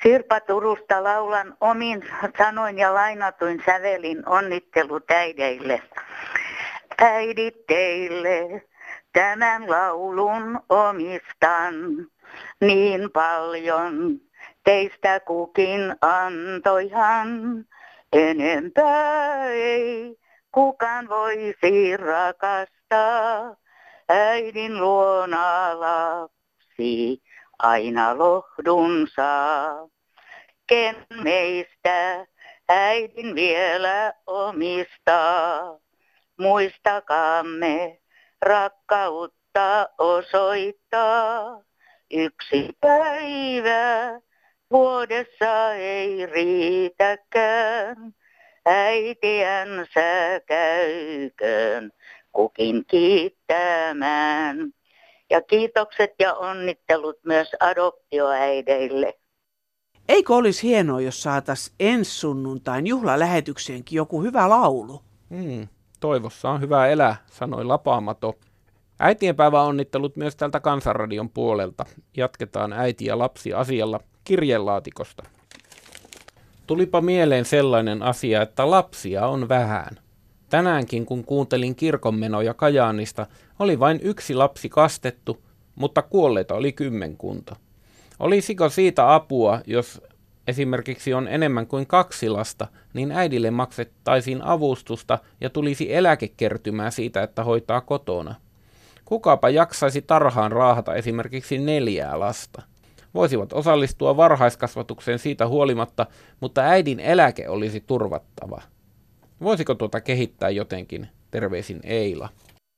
Sirpa Turusta laulan omin sanoin ja lainatuin sävelin onnittelut äideille. Äidit teille tämän laulun omistan, niin paljon teistä kukin antoihan, enempää ei kukaan voisi rakastaa, äidin luona lapsi aina lohdun saa. Ken meistä äidin vielä omistaa, muistakaamme rakkautta osoittaa. Yksi päivä vuodessa ei riitäkään, äitiänsä käyköön kukin kiittämään. Ja kiitokset ja onnittelut myös adoptioäideille. Eikö olisi hienoa, jos saataisiin ensi sunnuntain juhlalähetykseenkin joku hyvä laulu? Toivossa on hyvä elää, sanoi Lapaamato. Äitienpäivä onnittelut myös tältä Kansanradion puolelta. Jatketaan äiti- ja lapsi-asialla kirjelaatikosta. Tulipa mieleen sellainen asia, että lapsia on vähän. Tänäänkin kun kuuntelin kirkonmenoja Kajaanista, oli vain yksi lapsi kastettu, mutta kuolleita oli 10. Olisiko siitä apua, jos esimerkiksi on enemmän kuin 2 lasta, niin äidille maksettaisiin avustusta ja tulisi eläkekertymää siitä, että hoitaa kotona? Kukapa jaksaisi tarhaan raahata esimerkiksi 4 lasta? Voisivat osallistua varhaiskasvatukseen siitä huolimatta, mutta äidin eläke olisi turvattava. Voisiko tuota kehittää jotenkin? Terveisin Eila.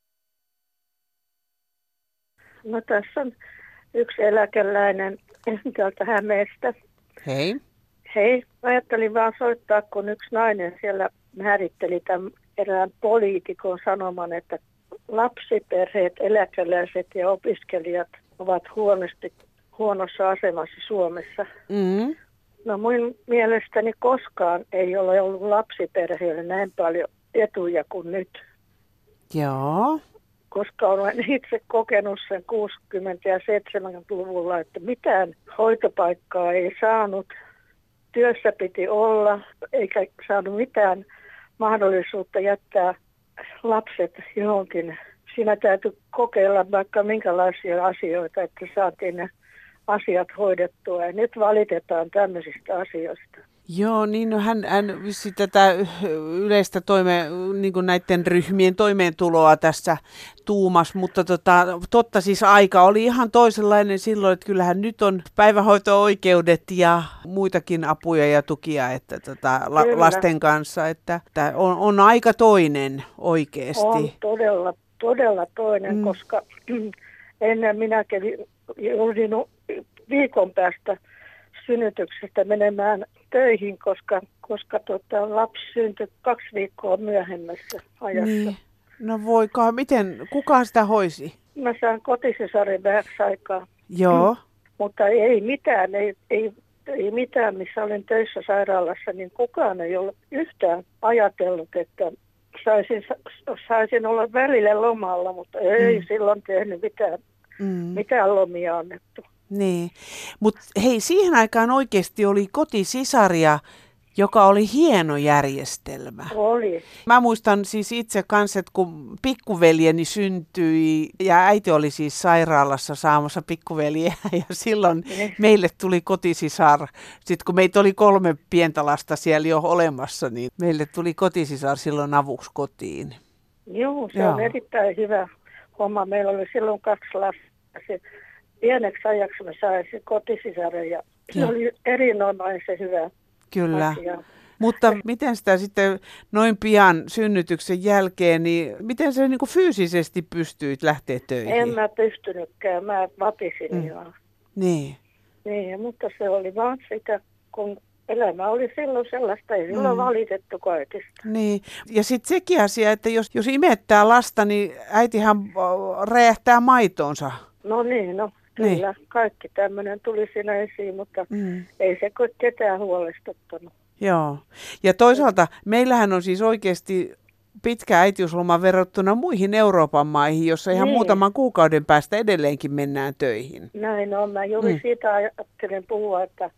No tässä on yksi eläkeläinen täältä Hämeestä. Hei. Hei, ajattelin vaan soittaa, kun yksi nainen siellä määritteli tämän erään poliitikon sanoman, että lapsiperheet, eläkeläiset ja opiskelijat ovat huonossa asemassa Suomessa. Mm. No mun mielestäni koskaan ei ole ollut lapsiperheille näin paljon etuja kuin nyt. Joo. Koska olen itse kokenut sen 60- ja 70-luvulla, että mitään hoitopaikkaa ei saanut. Työssä piti olla, eikä saanut mitään mahdollisuutta jättää lapset johonkin. Siinä täytyy kokeilla vaikka minkälaisia asioita, että saatiin ne asiat hoidettua. Ja nyt valitetaan tämmöisistä asioista. Joo, niin no hän tätä yleistä niin kuin näiden ryhmien toimeentuloa tässä tuumas, mutta totta siis aika oli ihan toisenlainen silloin, että kyllähän nyt on päivähoito-oikeudet ja muitakin apuja ja tukia että lasten kanssa, että on aika toinen oikeasti. On todella toinen, koska ennen minä joudin viikon päästä synnytyksestä menemään töihin, koska lapsi syntyi 2 viikkoa myöhemmässä ajassa. Niin. No voikaan, kuka sitä hoisi? Mä saan kotisisaren vähäksi aikaa. Joo. Mutta ei mitään, missä olin töissä sairaalassa, niin kukaan ei ole yhtään ajatellut, että saisin olla välillä lomalla, mutta ei silloin tehnyt mitään lomia annettu. Niin, mutta hei, siihen aikaan oikeasti oli kotisisaria, joka oli hieno järjestelmä. Oli. Mä muistan siis itse kanssa, että kun pikkuveljeni syntyi ja äiti oli siis sairaalassa saamassa pikkuveljeä ja silloin meille tuli kotisisar. Sitten kun meitä oli 3 pientä lasta siellä jo olemassa, niin meille tuli kotisisar silloin avuksi kotiin. Joo, se on erittäin hyvä homma. Meillä oli silloin 2 lasta. Pieneksi ajaksi me saisin kotisisaren ja se oli erinomaisen hyvä asia. Mutta miten sitä sitten noin pian synnytyksen jälkeen, niin miten se niin kuin fyysisesti pystyit lähteä töihin? En mä pystynytkään, mä vatisin ihan. Niin, mutta se oli vaan sitä, kun elämä oli silloin sellaista, ei silloin valitettu kaikista. Niin, ja sitten sekin asia, että jos imettää lasta, niin äitihän räjähtää maitoonsa. No niin, kyllä. Kaikki tämmöinen tuli siinä esiin, mutta ei se ketään huolestuttanut. Joo. Ja toisaalta meillähän on siis oikeasti pitkä äitiysloma verrattuna muihin Euroopan maihin, jossa ihan muutaman kuukauden päästä edelleenkin mennään töihin. Näin on. Mä juuri siitä ajattelin puhua, että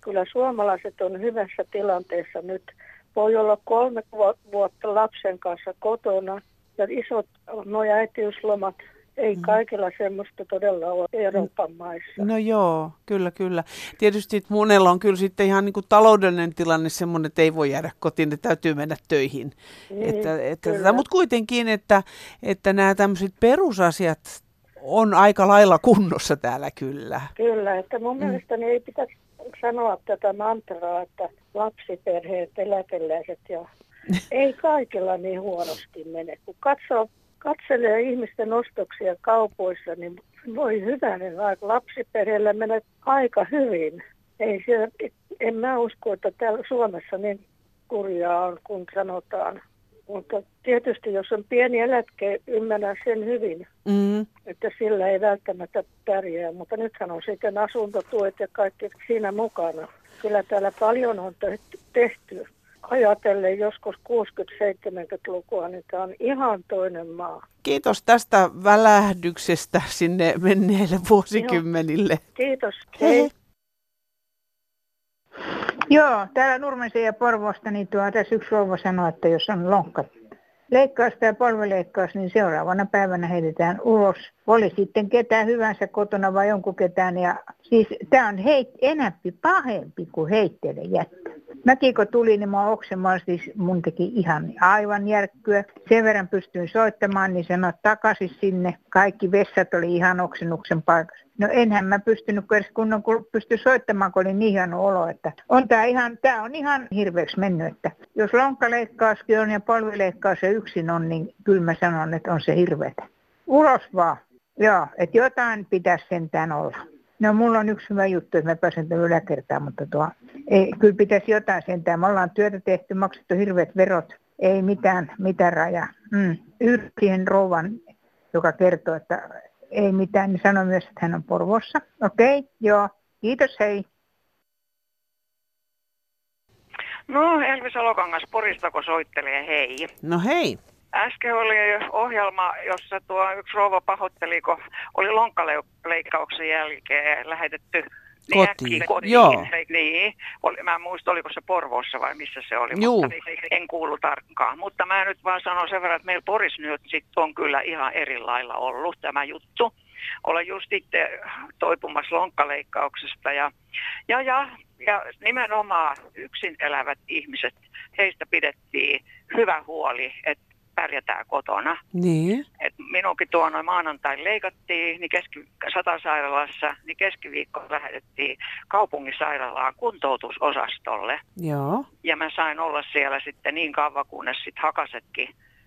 kyllä suomalaiset on hyvässä tilanteessa nyt. Voi olla 3 vuotta lapsen kanssa kotona ja isot äitiyslomat. Ei kaikilla semmoista todella ole Euroopan maissa. No joo, kyllä. Tietysti että monella on kyllä sitten ihan niin kuin taloudellinen tilanne semmoinen, että ei voi jäädä kotiin, että täytyy mennä töihin. Mutta kuitenkin, että nämä tämmöiset perusasiat on aika lailla kunnossa täällä kyllä. Kyllä, että mun mielestäni ei pitäisi sanoa tätä mantraa, että lapsiperheet, eläkeläiset ja ei kaikilla niin huonosti mene. Kun katselee ihmisten ostoksia kaupoissa, niin voi hyvänen aika. Lapsiperheellä menee aika hyvin. En mä usko, että täällä Suomessa niin kurjaa on, kun sanotaan. Mutta tietysti, jos on pieni eläke, ymmärrän sen hyvin, että sillä ei välttämättä pärjää. Mutta nythän on sitten asuntotuet ja kaikki siinä mukana. Kyllä täällä paljon on tehty. Ajatellen joskus 60-70-lukua, niin tämä on ihan toinen maa. Kiitos tästä välähdyksestä sinne menneille vuosikymmenille. Kiitos. Hei. Joo, täällä Nurmesen ja Porvoosta, niin tässä yksi rouva sanoi, että jos on lonkkaleikkausta ja polvileikkaus, niin seuraavana päivänä heitetään ulos. Oli sitten ketään hyvänsä kotona vai jonkun ketään. Ja siis tämä on enämpi pahempi kuin heitteille jättää. Mäkin kun tuli, niin mä oksemaan, siis mun teki ihan aivan järkkyä. Sen verran pystyin soittamaan, niin sanoin takaisin sinne. Kaikki vessat oli ihan oksennuksen paikassa. No enhän mä pystynyt edes kunnon pysty soittamaan, kun oli niin hieno olo, että tää on ihan hirveäksi mennyt, että jos lonkkaleikkauskin on ja polvileikkaus ja yksin on, niin kyllä mä sanon, että on se hirveätä. Ulos vaan. Joo, että jotain pitäisi sentään olla. No mulla on yksi hyvä juttu, että mä pääsen tämän yläkertaan, mutta kyllä pitäisi jotain sentään. Me ollaan työtä tehty, maksettu hirveät verot, ei mitään rajaa. Yhdyn siihen rouvan, joka kertoo, että ei mitään, niin sanoi myös, että hän on Porvoossa. Okei, joo, kiitos, hei. No, Elvi Salokangas Porista, kun soittelee, hei. No hei. Äsken oli ohjelma, jossa tuo yksi rouva pahoitteli, kun oli lonkkaleikkauksen jälkeen lähetetty kotiin. Joo. Niin. Mä en muista, oliko se Porvoossa vai missä se oli, mutta en kuulu tarkkaan. Mutta mä nyt vaan sanon sen verran, että meillä Porissa nyt sit on kyllä ihan eri lailla ollut tämä juttu. Olen just itse toipumassa lonkkaleikkauksesta ja nimenomaan yksin elävät ihmiset, heistä pidettiin hyvä huoli, että pärjätään kotona. Niin. Et minunkin noin maanantain leikattiin niin Satasairaalassa, niin keskiviikko lähetettiin kaupunginsairaalaan kuntoutusosastolle. Joo. Ja mä sain olla siellä sitten niin kauan, kunnes sitten hakasetkin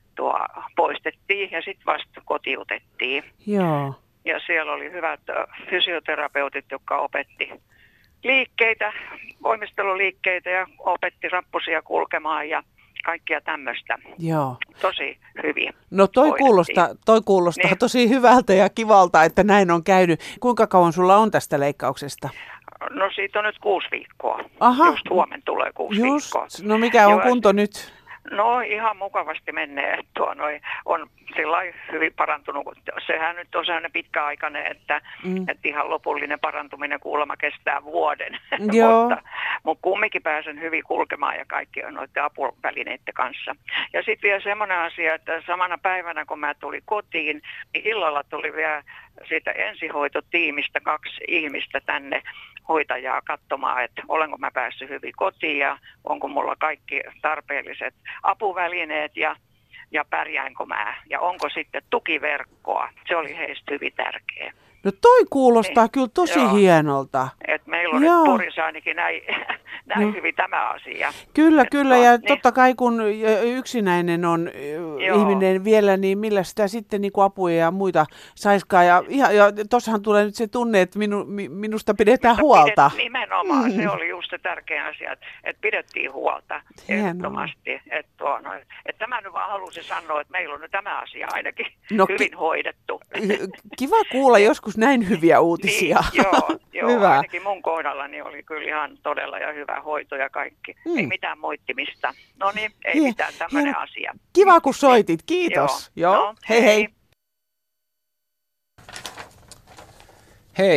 poistettiin ja sitten vasta kotiutettiin. Joo. Ja siellä oli hyvät fysioterapeutit, jotka opetti liikkeitä, voimisteluliikkeitä ja opetti rappusia kulkemaan ja kaikkia tämmöistä. Joo. Tosi hyvin. No toi kuulostaa niin. Tosi hyvältä ja kivalta, että näin on käynyt. Kuinka kauan sulla on tästä leikkauksesta? No siitä on nyt 6 viikkoa. Aha. Just huomenna tulee 6 viikkoa. No mikä on kunto nyt? No ihan mukavasti menee. On sillä hyvin parantunut. Sehän nyt on sellainen pitkäaikainen, että ihan lopullinen parantuminen kuulemma kestää vuoden. mutta kumminkin pääsen hyvin kulkemaan ja kaikki on noiden apuvälineiden kanssa. Ja sitten vielä semmoinen asia, että samana päivänä kun mä tulin kotiin, niin illalla tuli vielä siitä ensihoitotiimistä 2 ihmistä tänne hoitajaa katsomaan, että olenko mä päässyt hyvin kotiin ja onko mulla kaikki tarpeelliset apuvälineet ja pärjäänkö mä ja onko sitten tukiverkkoa. Se oli heistä hyvin tärkeä. No toi kuulostaa kyllä tosi hienolta. Et meillä on nyt Porissa ainakin näin hyvin tämä asia. Kyllä ja totta kai kun yksinäinen on ihminen vielä, niin millä sitä sitten niin kuin apuja ja muita saiskaan. Ja tossahan tulee nyt se tunne, että minusta pidetään huolta. Nimenomaan, se oli just se tärkeä asia, että pidettiin huolta ehdottomasti. Että tämä nyt vaan halusin sanoa, että meillä on nyt tämä asia ainakin hyvin hoidettu. Kiva kuulla joskus näin hyviä uutisia. Niin, joo hyvä. Ainakin mun kohdallani oli kyllä ihan todella ja hyvä hoito ja kaikki. Ei mitään moittimista. No niin, ei mitään tämmöinen asia. Kiva kun soitit, kiitos. Joo. No, hei. Hei,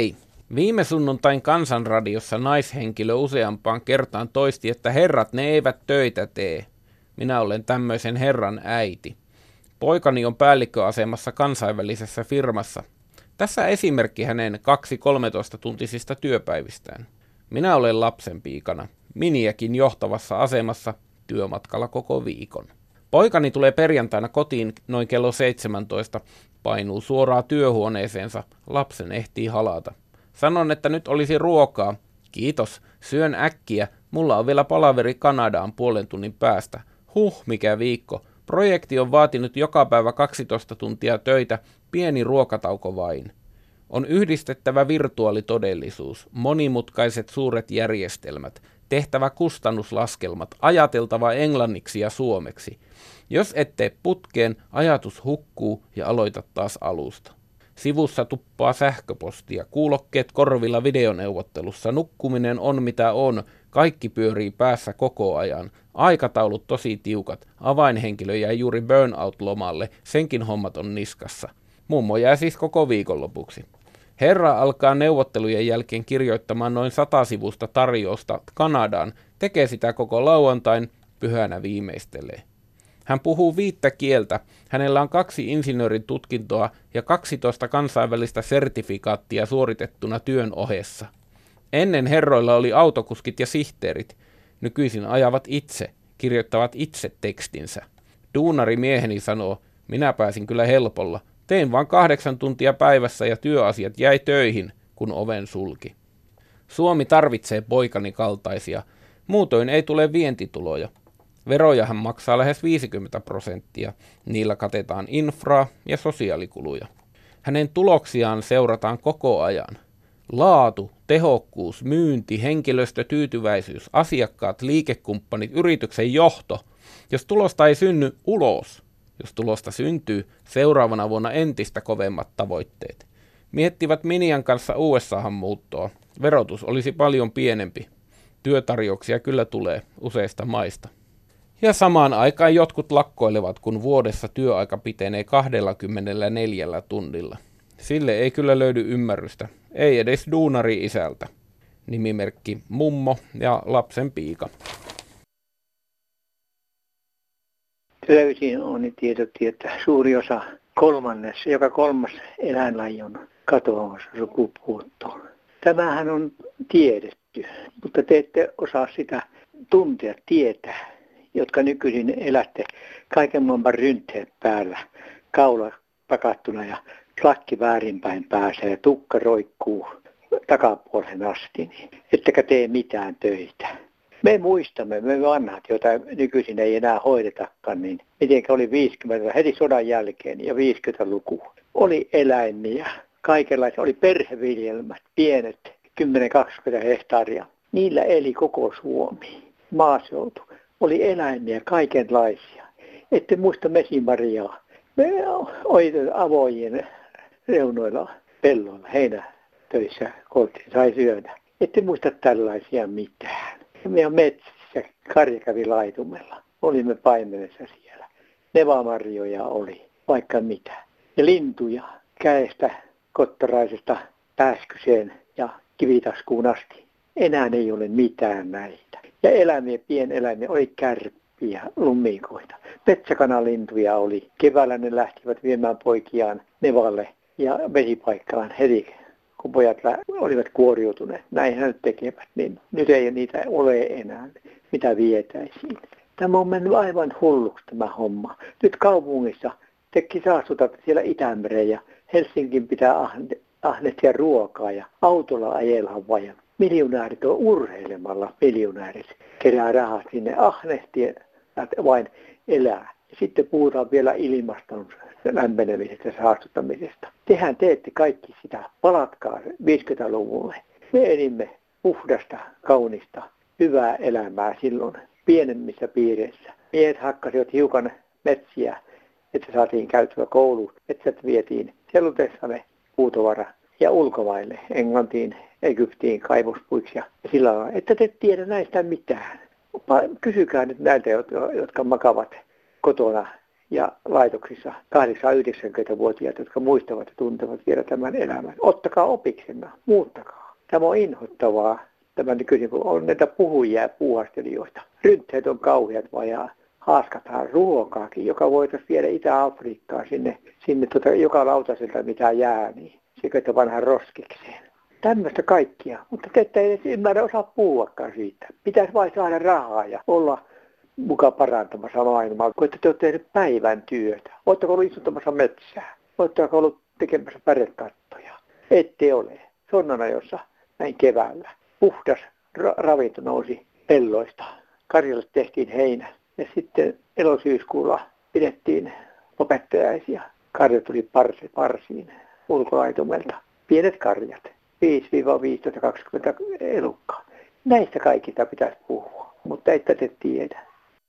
Viime sunnuntain Kansanradiossa naishenkilö useampaan kertaan toisti, että herrat ne eivät töitä tee. Minä olen tämmöisen herran äiti. Poikani on päällikköasemassa kansainvälisessä firmassa. Tässä esimerkki hänen 2 13-tuntisista työpäivistään. Minä olen lapsenpiikana, miniäkin johtavassa asemassa, työmatkalla koko viikon. Poikani tulee perjantaina kotiin noin kello 17, painuu suoraan työhuoneeseensa, lapsen ehtii halata. Sanon, että nyt olisi ruokaa. Kiitos, syön äkkiä, mulla on vielä palaveri Kanadaan puolen tunnin päästä. Mikä viikko. Projekti on vaatinut joka päivä 12 tuntia töitä, pieni ruokatauko vain. On yhdistettävä virtuaalitodellisuus, monimutkaiset suuret järjestelmät, tehtävä kustannuslaskelmat, ajateltava englanniksi ja suomeksi. Jos et tee putkeen, ajatus hukkuu ja aloita taas alusta. Sivussa tuppaa sähköpostia, kuulokkeet korvilla videoneuvottelussa, nukkuminen on mitä on, kaikki pyörii päässä koko ajan, aikataulut tosi tiukat, avainhenkilö jäi juuri burnout-lomalle, senkin hommat on niskassa. Mummo jää siis koko viikonlopuksi. Herra alkaa neuvottelujen jälkeen kirjoittamaan noin 100 sivusta tarjousta Kanadaan, tekee sitä koko lauantain, pyhänä viimeistelee. Hän puhuu 5 kieltä, hänellä on 2 insinöörin tutkintoa ja 12 kansainvälistä sertifikaattia suoritettuna työn ohessa. Ennen herroilla oli autokuskit ja sihteerit, nykyisin ajavat itse, kirjoittavat itse tekstinsä. Duunari mieheni sanoo, minä pääsin kyllä helpolla, tein vain 8 tuntia päivässä ja työasiat jäi töihin, kun oven sulki. Suomi tarvitsee poikani kaltaisia, muutoin ei tule vientituloja. Veroja hän maksaa lähes 50%, niillä katetaan infraa ja sosiaalikuluja. Hänen tuloksiaan seurataan koko ajan. Laatu, tehokkuus, myynti, henkilöstötyytyväisyys, asiakkaat, liikekumppanit, yrityksen johto. Jos tulosta ei synny, ulos. Jos tulosta syntyy, seuraavana vuonna entistä kovemmat tavoitteet. Miettivät Minian kanssa USAhan muuttoa. Verotus olisi paljon pienempi. Työtarjouksia kyllä tulee useista maista. Ja samaan aikaan jotkut lakkoilevat, kun vuodessa työaika pitenee 24 tunnilla. Sille ei kyllä löydy ymmärrystä, ei edes duunari-isältä. Nimimerkki mummo ja lapsen piika. Löysin onnitiedotti, että suuri osa joka 3. eläinlaji on katoamassa sukupuuttoon. Tämähän on tiedetty, mutta te ette osaa sitä tuntea, tietää, jotka nykyisin elätte kaiken maailman rynteet päällä, kaula pakattuna ja lakki väärinpäin päässä ja tukka roikkuu takapuolen asti, niin ettekä tee mitään töitä. Me muistamme, me vanhat, joita nykyisin ei enää hoidetakaan, niin mitenkä oli 50 heti sodan jälkeen ja 50-luku. Oli eläimiä, kaikenlaisia, oli perheviljelmät, pienet, 10-20 hehtaaria. Niillä eli koko Suomi, maaseutu. Oli eläimiä, kaikenlaisia. Ette muista Mesimarjaa. Me oli avojen reunoilla, pelloilla, heinätöissä, koottiin, sai syödä. Ette muista tällaisia mitään. Meidän metsissä, karja kävi laitumella. Olimme paimenessa siellä. Nevamarjoja oli, vaikka mitä. Ja lintuja, käestä, kottaraisesta, pääskyseen ja kivitaskuun asti. Enää ei ole mitään näitä. Ja eläimiä, pieneläimiä, oli kärppiä, lummikoita. Metsäkanalintuja oli. Keväällä ne lähtivät viemään poikiaan nevalle ja vesipaikkaan heti, kun pojat olivat kuoriutuneet. Näinhän nyt tekevät, niin nyt ei niitä ole enää, mitä vietäisiin. Tämä on mennyt aivan hulluksi tämä homma. Nyt kaupungissa teki saastutatte siellä Itämereen ja Helsingin pitää ahnehtia ruokaa ja autolla ajellaan vajan. Miljonäärit on urheilemalla, miljonäärit kerää rahaa sinne ahnehtien vain elää. Ja sitten puhutaan vielä ilmaston lämpenemisestä ja saastuttamisesta. Tehän teette kaikki sitä, palatkaa 50-luvulle. Me elimme puhdasta, kaunista, hyvää elämää silloin pienemmissä piireissä. Miehet hakkasivat hiukan metsiä, että saatiin käyttöä kouluun. Metsät vietiin sellutessamme puutovara ja ulkomaille, Englantiin, Egyptiin, kaivospuiksi ja sillä lailla, että te tiedä näistä mitään. Kysykää nyt näiltä, jotka makavat kotona ja laitoksissa 8-90-vuotiaat, jotka muistavat ja tuntevat vielä tämän elämän. Ottakaa opiksena, muuttakaa. Tämä on inhottavaa. Tämä nykyisin, kun on näitä puhujia ja puuhastelijoita. Rynteet on kauheat vaan ja haaskataan ruokaakin, joka voitaisiin viedä Itä-Afrikkaan sinne joka lautaselta mitä jää, niin se vanhan roskikseen. Tämmöistä kaikkia, mutta te ette edes ymmärrä osaa puhuakaan siitä. Pitäisi vain saada rahaa ja olla mukaan parantamassa maailmaa, kun te olette tehneet päivän työtä. Oletteko ollut istuttamassa metsää? Oletteko ollut tekemässä pärekattoja? Ette ole. Sonnanajossa näin keväällä. Puhdas ravinto nousi pelloista. Karjalle tehtiin heinä. Ja sitten elosyyskuulla pidettiin lopettajaisia. Karja tuli parsiin ulkolaitumelta. Pienet karjat. 5-15-20 elukkaa. Näistä kaikista pitäisi puhua, mutta ette te tiedä.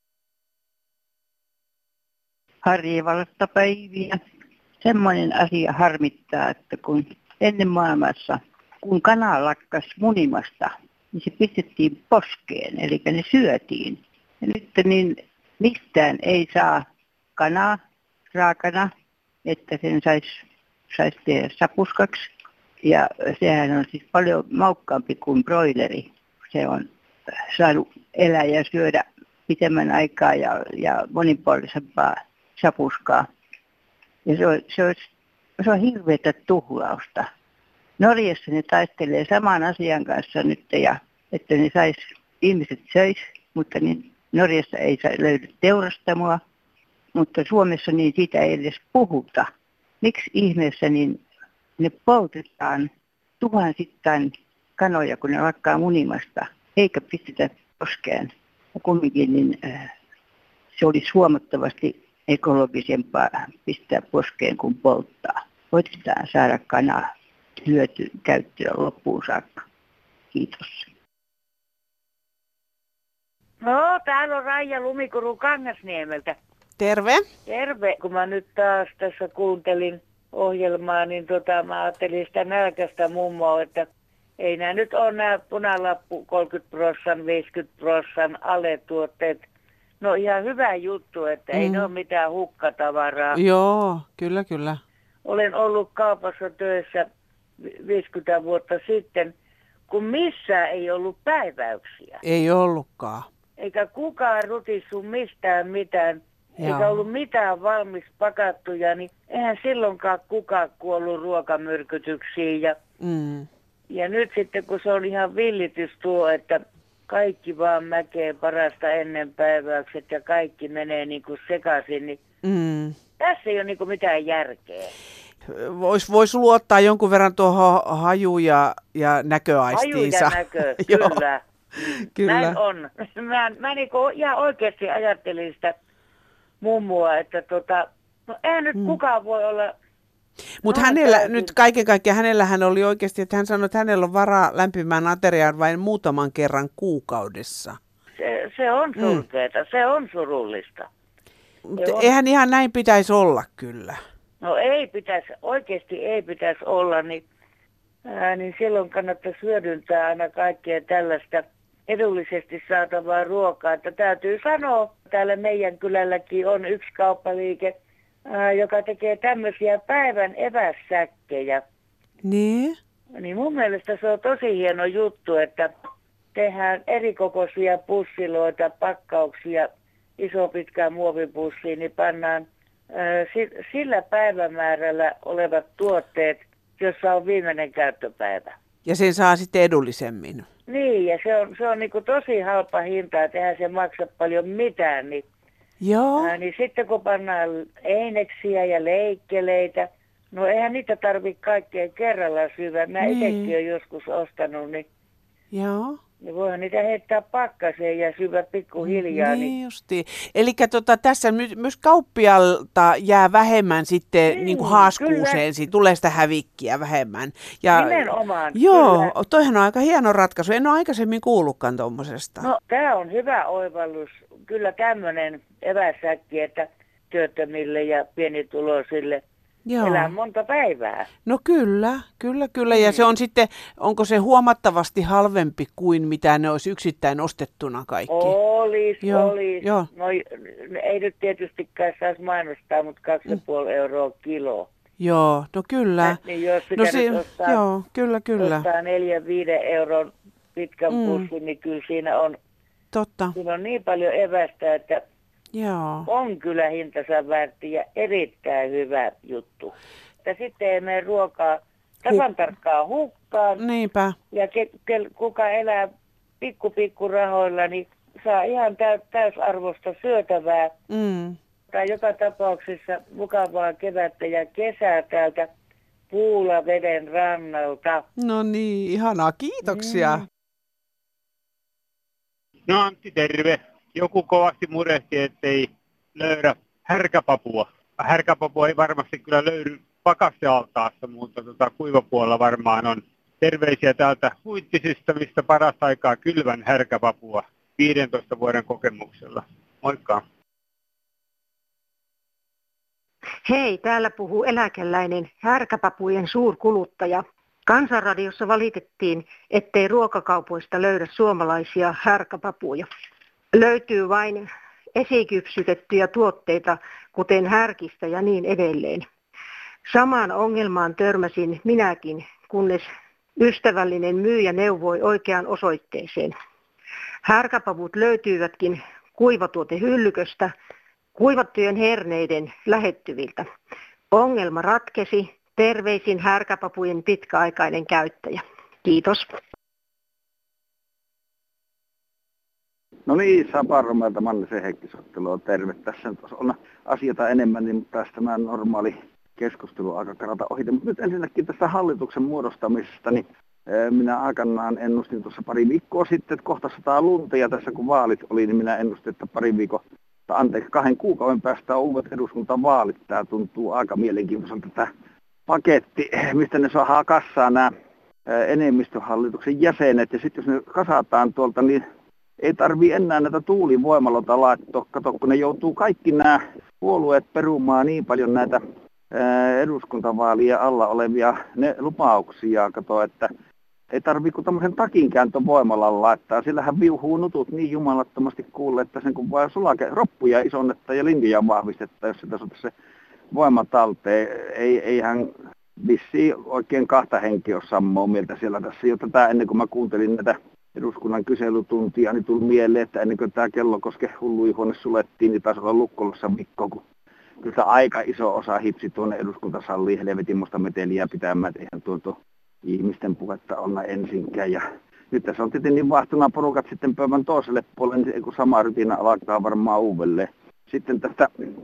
Harjavallasta päiviä. Semmoinen asia harmittaa, että kun ennen maailmassa, kun kana lakkas munimasta, niin se pistettiin poskeen, eli ne syötiin. Ja nyt niin mistään ei saa kanaa raakana, että sen saisi tehdä sapuskaksi. Ja sehän on siis paljon maukkaampi kuin broileri. Se on saanut elää ja syödä pitemmän aikaa ja monipuolisempaa sapuskaa. Ja se on hirveätä tuhlausta. Norjassa ne taistelee saman asian kanssa nyt, että ne ihmiset söis, mutta niin Norjassa ei löydy teurastamoa, mutta Suomessa niin siitä ei edes puhuta. Miksi ihmeessä niin ne poltetaan tuhansittain kanoja, kun ne lakkaa munimasta, eikä pistetä poskeen. Ja kumminkin niin, se olisi huomattavasti ekologisempaa pistää poskeen kuin polttaa. Voitetaan saada kanaa käyttöön loppuun saakka. Kiitos. No, täällä on Raija Lumikuru Kangasniemeltä. Terve. Terve. Kun mä nyt taas tässä kuuntelin ohjelmaa, niin mä ajattelin sitä nälkäistä mummoa, että ei nämä nyt ole nämä punalappu 30%, 50% aletuotteet. No ihan hyvä juttu, että ei ne ole mitään hukkatavaraa. Joo, kyllä. Olen ollut kaupassa töissä 50 vuotta sitten, kun missään ei ollut päiväyksiä. Ei ollutkaan. Eikä kukaan rutissu mistään mitään. Eikä ollut mitään valmis pakattuja, niin eihän silloinkaan kukaan kuollut ruokamyrkytyksiin. Ja nyt sitten, kun se on ihan villitys tuo, että kaikki vaan mäkee parasta ennen päiväykset ja kaikki menee niin kuin sekaisin, niin tässä ei ole niin kuin mitään järkeä. Vois luottaa jonkun verran tuohon haju- ja näköaistiinsa. Haju ja näkö, kyllä. Kyllä. Näin on. Mä niin kuin ihan oikeasti ajattelin sitä mummoa, että no eihän nyt kukaan voi olla. Mutta hänellä nyt kaiken kaikkiaan, hänellähän oli oikeasti, että hän sanoi, että hänellä on varaa lämpimään ateriaan vain muutaman kerran kuukaudessa. Se on surkeeta, se on surullista. Mutta eihän ihan näin pitäisi olla kyllä. No ei pitäisi, oikeasti ei pitäisi olla, niin silloin kannattaisi hyödyntää aina kaikkea tällaista edullisesti saatavaa ruokaa. Että täytyy sanoa, täällä meidän kylälläkin on yksi kauppaliike, joka tekee tämmöisiä päivän evässäkkejä. Niin? Niin mun mielestä se on tosi hieno juttu, että tehdään erikokoisia pussiloita, pakkauksia iso pitkään muovipussiin, niin pannaan sillä päivämäärällä olevat tuotteet, jossa on viimeinen käyttöpäivä. Ja sen saa sitten edullisemmin. Niin, ja se on niin kuin tosi halpa hinta, että eihän se maksa paljon mitään. Niin, niin sitten kun pannaan eineksiä ja leikkeleitä, no eihän niitä tarvitse kaikkea kerralla syödä. Mä itsekin olen joskus ostanut, niin niin voihan niitä heittää pakkaseen ja syödä pikkuhiljaa. Niin justiin. Eli tässä myös kauppialta jää vähemmän sitten niin kuin haaskuuseen, tulee sitä hävikkiä vähemmän. Ja, nimenomaan. Joo, kyllä. Toihan on aika hieno ratkaisu. En ole aikaisemmin kuullutkaan tuommoisesta. No, tämä on hyvä oivallus. Kyllä tämmöinen eväsäkki, että työttömille ja pienituloisille elää monta päivää. No kyllä. Ja se on sitten, onko se huomattavasti halvempi kuin mitä ne olisi yksittäin ostettuna kaikki? Olisi. No ei nyt tietystikään saisi mainostaa, mutta 2,5 € kilo. Joo, no kyllä. Niin jos No pitänyt ostaa, joo, kyllä. ostaa 4-5 euron pitkän pussin, niin kyllä siinä on, Totta. siinä on niin paljon evästä, että Joo. on kyllä hintansa väärti ja erittäin hyvä juttu. Että sitten ei mene ruokaa tasan tarkkaan hukkaan. Niinpä. Ja kuka elää pikku rahoilla, niin saa ihan täysarvosta syötävää. Tai joka tapauksessa mukavaa kevättä ja kesää täältä Puulaveden rannalta. No niin, ihanaa. Kiitoksia. No Antti, terve. Joku kovasti murehti, ettei löydä härkäpapua. Härkäpapua ei varmasti kyllä löydy pakastealtaassa, mutta kuivapuolella varmaan on. Terveisiä täältä Huittisista, mistä parasta aikaa kylvän härkäpapua 15 vuoden kokemuksella. Moikka. Hei, täällä puhuu eläkeläinen härkäpapujen suurkuluttaja. Kansanradiossa valitettiin, ettei ruokakaupoista löydä suomalaisia härkäpapuja. Löytyy vain esikypsytettyjä tuotteita, kuten härkistä ja niin edelleen. Samaan ongelmaan törmäsin minäkin, kunnes ystävällinen myyjä neuvoi oikeaan osoitteeseen. Härkäpavut löytyivätkin kuivatuotehyllyköstä kuivattujen herneiden lähettyviltä. Ongelma ratkesi. Terveisin härkäpapujen pitkäaikainen käyttäjä. Kiitos. No niin, Saparomelta Mannisen Heikki-Sottelu on terve. Tässä nyt on asioita enemmän, niin tässä tämä normaali keskustelu aika karata ohi. Mutta nyt ensinnäkin tästä hallituksen muodostamisesta, niin minä aikanaan ennustin tuossa pari viikkoa sitten, että kohta 100 lunta, ja tässä kun vaalit oli, niin minä ennustin, että 2 kuukauden päästä on uudet eduskuntavaalit. Tämä tuntuu aika mielenkiintoiselta tämä paketti, mistä ne saadaan kassaan nämä enemmistöhallituksen jäsenet. Ja sitten jos ne kasataan tuolta, niin ei tarvitse enää näitä tuulivoimaloita laittaa. Kato, kun ne joutuu kaikki nämä puolueet perumaan niin paljon näitä eduskuntavaalien alla olevia lupauksia. Kato, että ei tarvitse kuin tämmöisen takinkääntövoimalan laittaa. Sillähän viuhuu nutut niin jumalattomasti kuulle, että sen kun vaan roppuja isonnetta ja linjoja vahvistetta, jos sitä saataisiin se voima talteen. Eihän vissiin oikein kahta henkeä ole samaa mieltä siellä tässä. Jo tätä ennen kuin mä kuuntelin näitä eduskunnan kyselytuntia, niin tuli mieleen, että ennen kuin tämä Kellokosken hulluihuone sulettiin, niin taisi olla Lukkolossa Mikko, kun kyllä aika iso osa hipsi tuonne eduskuntasalliin helvetinmoista meteliä pitämään, että eihän tuolta ihmisten puhetta olla ensinkään. Ja nyt tässä on tietenkin niin vaihtunut porukat sitten pöydän toiselle puolelle, niin kun sama rytinä alkaa varmaan uudelleen. Sitten tästä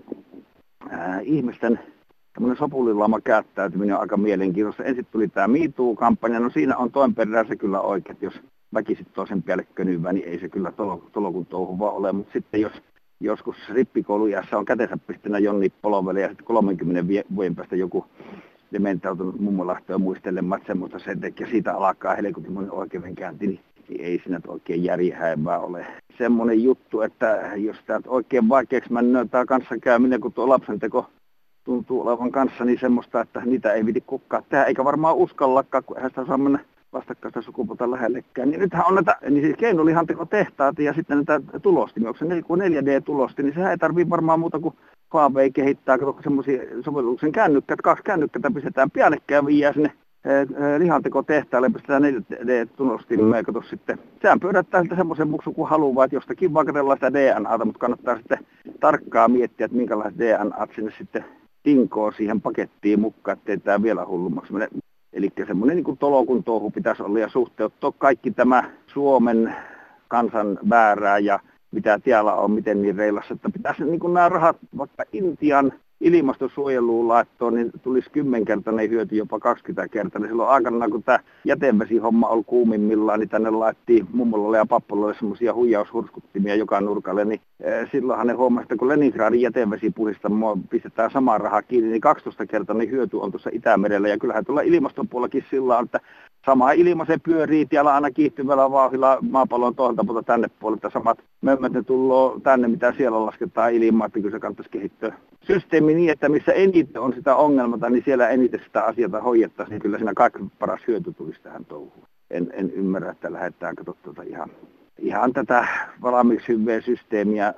ihmisten tämmöinen sopulilaama käyttäytyminen on aika mielenkiintoista. Ensin tuli tämä MeToo-kampanja, no siinä on toin perään se kyllä oikein, että jos väkisit toisen päälle könyvää, niin ei se kyllä tolokun touhu vaan ole, mutta sitten jos joskus rippikoulujässä on kätensä pistänä Jonni Polovelle ja sitten 30 vuoden päästä joku dementautunut mummo lähtöä muistelemaan, että semmoista se tekee ja siitä alkaa helkutin oikeudenkäynti, niin ei siinä oikein järjihäivää ole. Semmoinen juttu, että jos tämä oikein vaikeaksi mennään tämä kanssakäyminen, kun tuo lapsenteko tuntuu olevan kanssa, niin semmoista, että niitä ei viti kukaan tehdä, eikä varmaan uskallakaan, kun eihän sitä saa mennä vastakkaista sukupuolta lähellekään. Niin nythän on näitä niin keinolihantekotehtaat ja sitten näitä tulostimia. Onko se 4D-tulosti, niin sehän ei tarvitse varmaan muuta kuin Huawei kehittää, kun semmoisia sovelluksen kännykkäät, 2 kännykkäitä pistetään päällekkäin ja viiää sinne lihantekotehtaalle, pistetään 4D-tulostimia, kato sitten. Sehän pyörättää sitten semmoisen muksun kuin haluaa, että jostakin vaan katsellaan sitä DNAta, mutta kannattaa sitten tarkkaan miettiä, että minkälaiset DNAt sinne sitten tinkoo siihen pakettiin mukaan, ettei tämä vielä hullummaksi mene. Eli semmoinen niin tolokun touhu pitäisi olla ja suhteuttaa kaikki tämä Suomen kansan väärää ja mitä täällä on, miten niin reilassa, että pitäisi niin nämä rahat vaikka Intian ilmastosuojeluun laittoon, niin tulisi 10-kertainen hyöty, jopa 20-kertainen. Silloin aikanaan, kun tämä jätevesihomma oli kuumimmillaan, niin tänne laittiin mummolle ja pappololle semmoisia huijaushurskuttimia joka nurkalle, niin silloinhan ne huomasi, että kun Leningradin jätevesipuhdistamo pistetään samaa rahaa kiinni, niin 12-kertainen hyöty on tuossa Itämerellä, ja kyllähän tuolla ilmastopuolellakin sillä on, että sama ilma se pyörii tiellä aina kiihtyvällä vauhdilla maapallon toiselta puolta tänne puolelta. Samat mömmöt ne tulloo tänne, mitä siellä lasketaan ilmaa, että kyllä se kannattaisi kehittää systeemi niin, että missä eniten on sitä ongelmata, niin siellä eniten sitä asiaa hoidettaisiin, niin kyllä siinä kaikkein paras hyöty tulisi tähän touhuun. En ymmärrä, että lähdetään ihan tätä valmiiksi hyvää systeemiä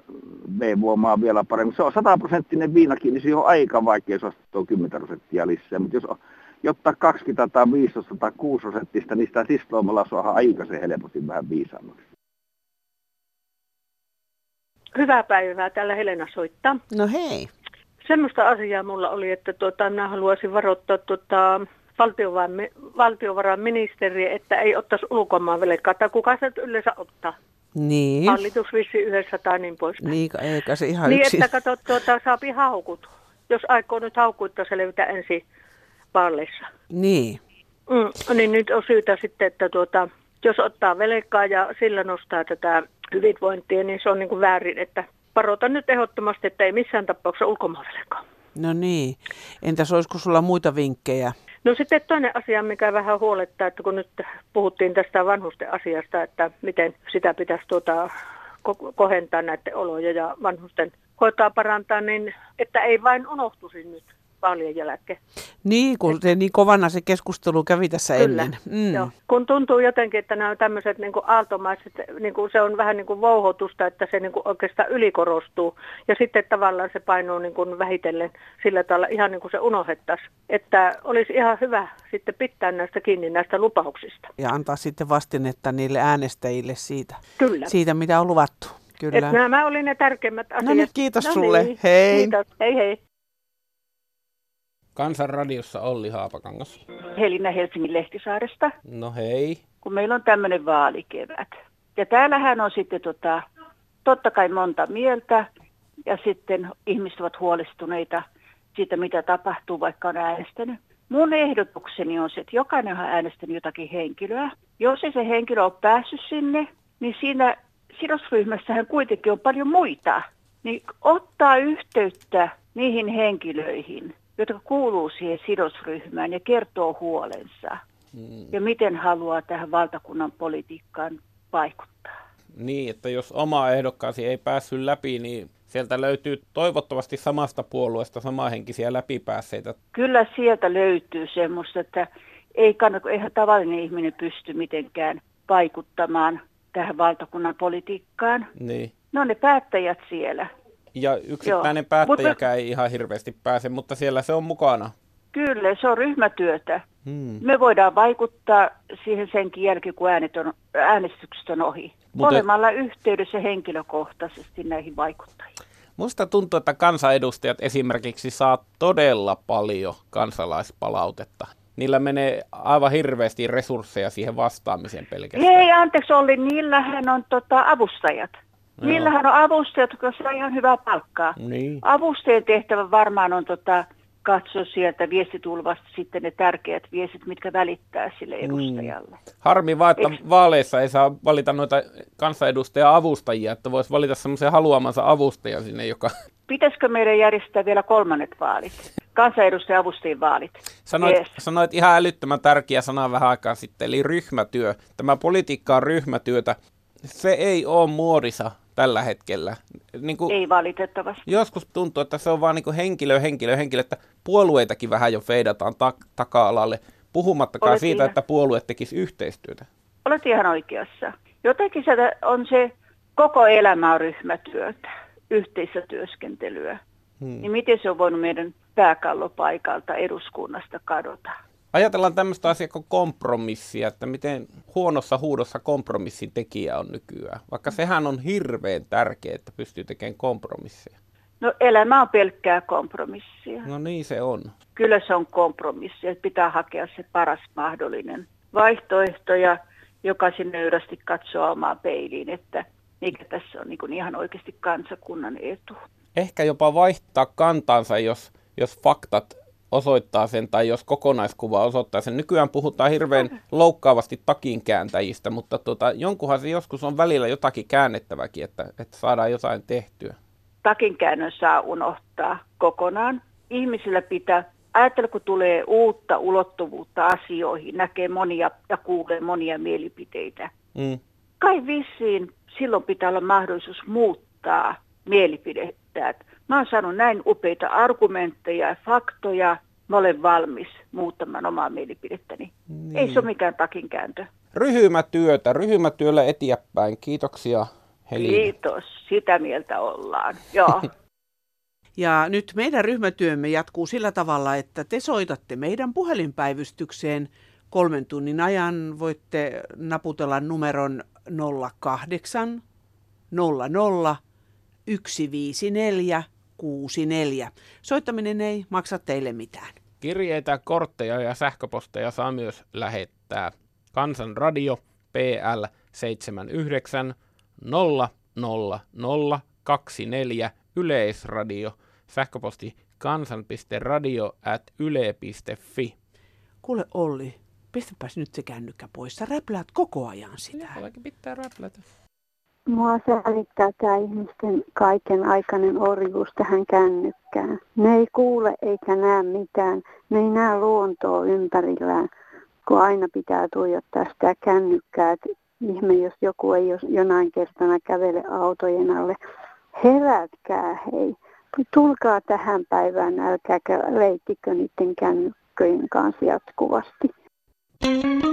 V-voimaa vielä paremmin. Se on 100% viinakin, niin se on aika vaikea, jos ostaa 10% lisää. Mutta jos jotta 20 tai 15 tai 6%, niin sitä sistoamalla saadaan aikaisen helposti vähän viisaammaksi. Hyvää päivää, täällä Helena soittaa. No hei. Semmoista asiaa mulla oli, että minä haluaisin varoittaa valtiovarainministeriä, että ei ottaisi ulkomaan velkaa. Tai kuka se yleensä ottaa? Niin. Hallitus vissi yhdessä tai niin poispäin. Niin, eikä se ihan niin, yksin. että saapi haukut. Jos aikoo nyt haukuttaa selvitä ensi vaaleissa. Niin. Niin nyt on syytä sitten, että jos ottaa velkaa ja sillä nostaa tätä hyvinvointia, niin se on niin kuin väärin, että varoitan nyt ehdottomasti, että ei missään tapauksessa ulkomaanvelkaa. No niin. Entäs olisiko sulla muita vinkkejä? No sitten toinen asia, mikä vähän huolettaa, että kun nyt puhuttiin tästä vanhusten asiasta, että miten sitä pitäisi kohentaa näiden oloja ja vanhusten hoitaa parantaa, niin että ei vain unohtuisi nyt vaalien jälkeen. Niin, kun se niin kovana se keskustelu kävi tässä Kyllä. ennen. Joo. Kun tuntuu jotenkin, että nämä tämmöiset niin kuin aaltomaiset, niin kuin se on vähän niin kuin vouhotusta, että se niin kuin oikeastaan ylikorostuu. Ja sitten tavallaan se painuu niin kuin vähitellen sillä tavalla ihan niin kuin se unohdettaisiin. Että olisi ihan hyvä sitten pitää näistä kiinni näistä lupauksista. Ja antaa sitten vastinetta niille äänestäjille siitä, Kyllä. siitä mitä on luvattu. Kyllä. Että nämä oli ne tärkeimmät asiat. No niin, kiitos sulle. Niin. Hei. Kiitos. Hei hei. Kansanradiossa Olli Haapakangas. Helina Helsingin Lehtisaaresta. No hei. Kun meillä on tämmöinen vaalikevät. Ja täällähän on sitten totta kai monta mieltä. Ja sitten ihmiset ovat huolestuneita siitä, mitä tapahtuu, vaikka on äänestänyt. Mun ehdotukseni on se, että jokainen on äänestänyt jotakin henkilöä. Jos ei se henkilö ole päässyt sinne, niin siinä sidosryhmässähän kuitenkin on paljon muita. Niin ottaa yhteyttä niihin henkilöihin, jotka kuuluu siihen sidosryhmään ja kertoo huolensa. Ja miten haluaa tähän valtakunnan politiikkaan vaikuttaa. Niin, että jos oma ehdokkaasi ei päässyt läpi, niin sieltä löytyy toivottavasti samasta puolueesta samanhenkisiä läpipäässeitä. Kyllä sieltä löytyy semmoista, että eihän tavallinen ihminen pysty mitenkään vaikuttamaan tähän valtakunnan politiikkaan. Niin. No ne päättäjät siellä. Ja yksittäinen päättäjäkään ei ihan hirveästi pääse, mutta siellä se on mukana. Kyllä, se on ryhmätyötä. Me voidaan vaikuttaa siihen senkin jälkeen, kun äänestykset on ohi. Olemalla yhteydessä henkilökohtaisesti näihin vaikuttajiin. Musta tuntuu, että kansanedustajat esimerkiksi saa todella paljon kansalaispalautetta. Niillä menee aivan hirveästi resursseja siihen vastaamiseen pelkästään. Ei, anteeksi Olli, niillähän on avustajat. Joo. Niillähän on avustajat, jotka saa ihan hyvää palkkaa. Niin. Avustajien tehtävä varmaan on katsoa sieltä viestitulvasta sitten ne tärkeät viestit, mitkä välittää sille edustajalle. Harmi vaan, että vaaleissa ei saa valita noita kansanedustaja-avustajia, että voisi valita semmoisen haluamansa avustajan sinne, joka... Pitäisikö meidän järjestää vielä 3. vaalit? Kansanedustaja-avustajien vaalit. Sanoit ihan älyttömän tärkeä sana vähän aikaa sitten, eli ryhmätyö. Tämä politiikka on ryhmätyötä. Se ei ole muodissa tällä hetkellä. Ei valitettavasti. Joskus tuntuu, että se on vaan henkilö, että puolueitakin vähän jo feidataan taka-alalle, puhumattakaan siitä, että puolue tekisi yhteistyötä. Olet ihan oikeassa. Jotenkin se on se koko elämä on ryhmätyötä, yhteistä työskentelyä. Niin miten se on voinut meidän pääkallopaikalta eduskunnasta kadota? Ajatellaan tämmöistä asiaa kuin kompromissia, että miten huonossa huudossa kompromissin tekijä on nykyään. Vaikka sehän on hirveän tärkeää, että pystyy tekemään kompromisseja. No elämä on pelkkää kompromissia. No niin se on. Kyllä se on kompromissi, että pitää hakea se paras mahdollinen vaihtoehto ja jokaisen nöyrästi katsoa omaan peiliin, että mikä tässä on niin ihan oikeasti kansakunnan etu. Ehkä jopa vaihtaa kantansa, jos faktat osoittaa sen tai jos kokonaiskuva osoittaa sen. Nykyään puhutaan hirveän loukkaavasti takinkääntäjistä, mutta jonkunhan se joskus on välillä jotakin käännettäväkin, että saadaan jotain tehtyä. Takinkäännön saa unohtaa kokonaan. Ihmisillä pitää ajatella, kun tulee uutta ulottuvuutta asioihin, näkee monia ja kuulee monia mielipiteitä. Kai vissiin silloin pitää olla mahdollisuus muuttaa mielipidettä. Mä oon saanut näin upeita argumentteja ja faktoja. Mä olen valmis muuttamaan omaa mielipidettäni. Ei se ole mikään takinkääntö. Ryhmätyöllä eteenpäin. Kiitoksia Helina. Kiitos, sitä mieltä ollaan. Joo. Ja nyt meidän ryhmätyömme jatkuu sillä tavalla, että te soitatte meidän puhelinpäivystykseen 3 tunnin ajan. Voitte naputella numeron 08 00 154 64. Soittaminen ei maksa teille mitään. Kirjeitä, kortteja ja sähköposteja saa myös lähettää. Kansanradio PL 79 00024 Yleisradio. Sähköposti kansan.radio@yle.fi. Kuule Olli, pistäpäs nyt se kännykkä pois. Sä räpläät koko ajan sitä. Jollakin pitää räplätä. Mua säälittää tämä ihmisten kaiken aikainen orjuus tähän kännykkään. Ne ei kuule eikä näe mitään. Ne ei näe luontoa ympärillään, kun aina pitää tuijottaa sitä kännykkää. Et ihme, jos joku ei jonain kertana kävele autojen alle. Herätkää hei. Tulkaa tähän päivään, älkääkä leikkikö niiden kännykköjen kanssa jatkuvasti.